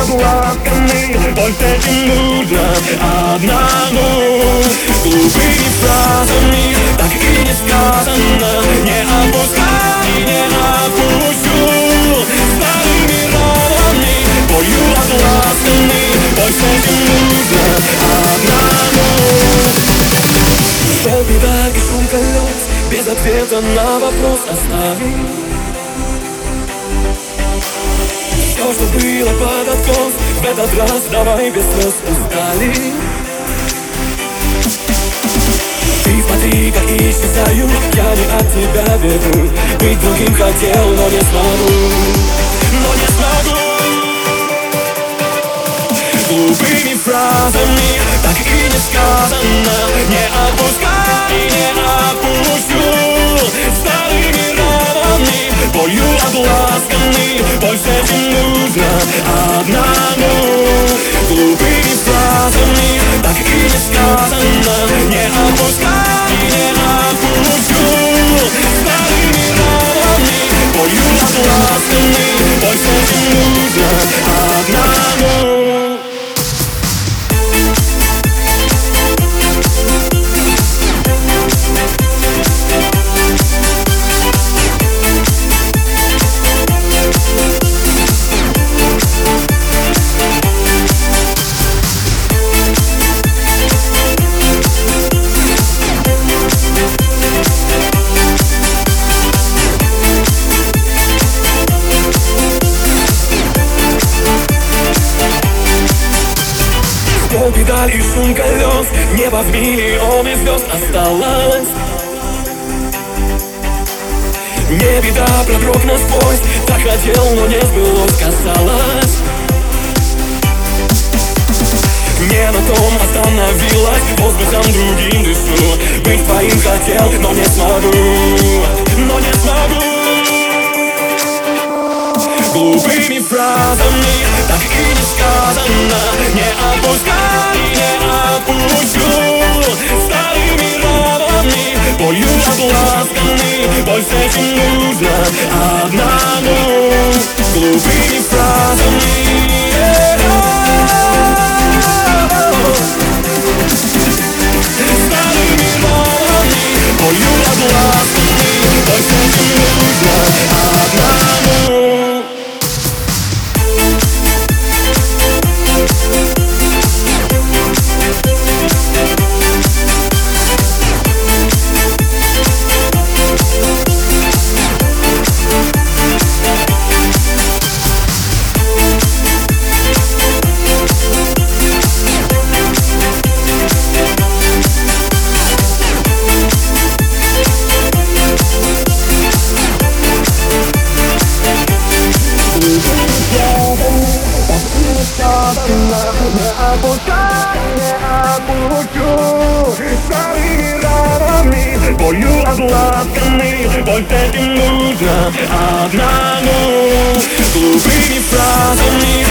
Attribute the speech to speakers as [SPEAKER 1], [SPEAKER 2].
[SPEAKER 1] обласканный, больше этим нужно одному. Глупыми фразами, так и не сказано, не отпускай, не отпущу. Старыми ранами, болью обласканный, больше этим нужно одному. Шел педаль и шум колес, без ответа на вопрос остави. Все, что было под откос, в этот раз давай без слез. Устали. Ты смотри, как исчезаю, я не от тебя бегу. Быть другим хотел, но не смогу, но не смогу. Глупыми фразами, так и не сказано, не отпускай, не отпущу. Старыми ранами, болью обласканный, больше этим нужно одному. Глупыми фразами, так и не сказано, не отпускай, не отпущу. Старыми ранами, болью обласканный, больше этим нужно одному. Педаль и шум колес, небо в миллионы звезд осталось. Не беда, продрог насквозь, так хотел, но не сбылось, казалось. Не на том остановилась, воздухом другим дышу. Быть твоим хотел, но не смогу, но не смогу. Глупыми фразами, так и не сказано, не отпускай, не отпущу. Старыми ранами, болью обласканный, больше этим нужно одному. Глупыми фразами, старыми ранами, болью обласканный, больше этим нужно одному. Не отпускай, не отпущу. Старыми ранами, болью обласканный, больше этим нужно одному. Глупыми фразами,